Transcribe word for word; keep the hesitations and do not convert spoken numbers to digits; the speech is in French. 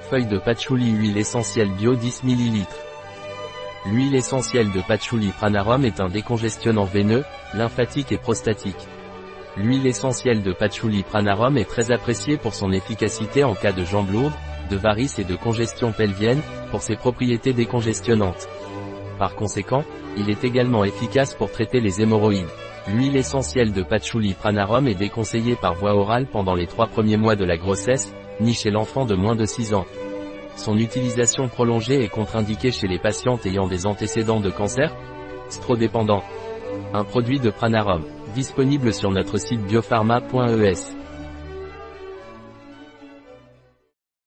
Feuille de patchouli, huile essentielle bio dix millilitres. L'huile essentielle de patchouli Pranarum est un décongestionnant veineux, lymphatique et prostatique. L'huile essentielle de patchouli Pranarum est très appréciée pour son efficacité en cas de jambes lourdes, de varices et de congestion pelvienne, pour ses propriétés décongestionnantes. Par conséquent, il est également efficace pour traiter les hémorroïdes. L'huile essentielle de patchouli Pranarum est déconseillée par voie orale pendant les trois premiers mois de la grossesse, ni chez l'enfant de moins de six ans. Son utilisation prolongée est contre-indiquée chez les patientes ayant des antécédents de cancer, strodépendants. Un produit de Pranarum, disponible sur notre site biopharma point e s.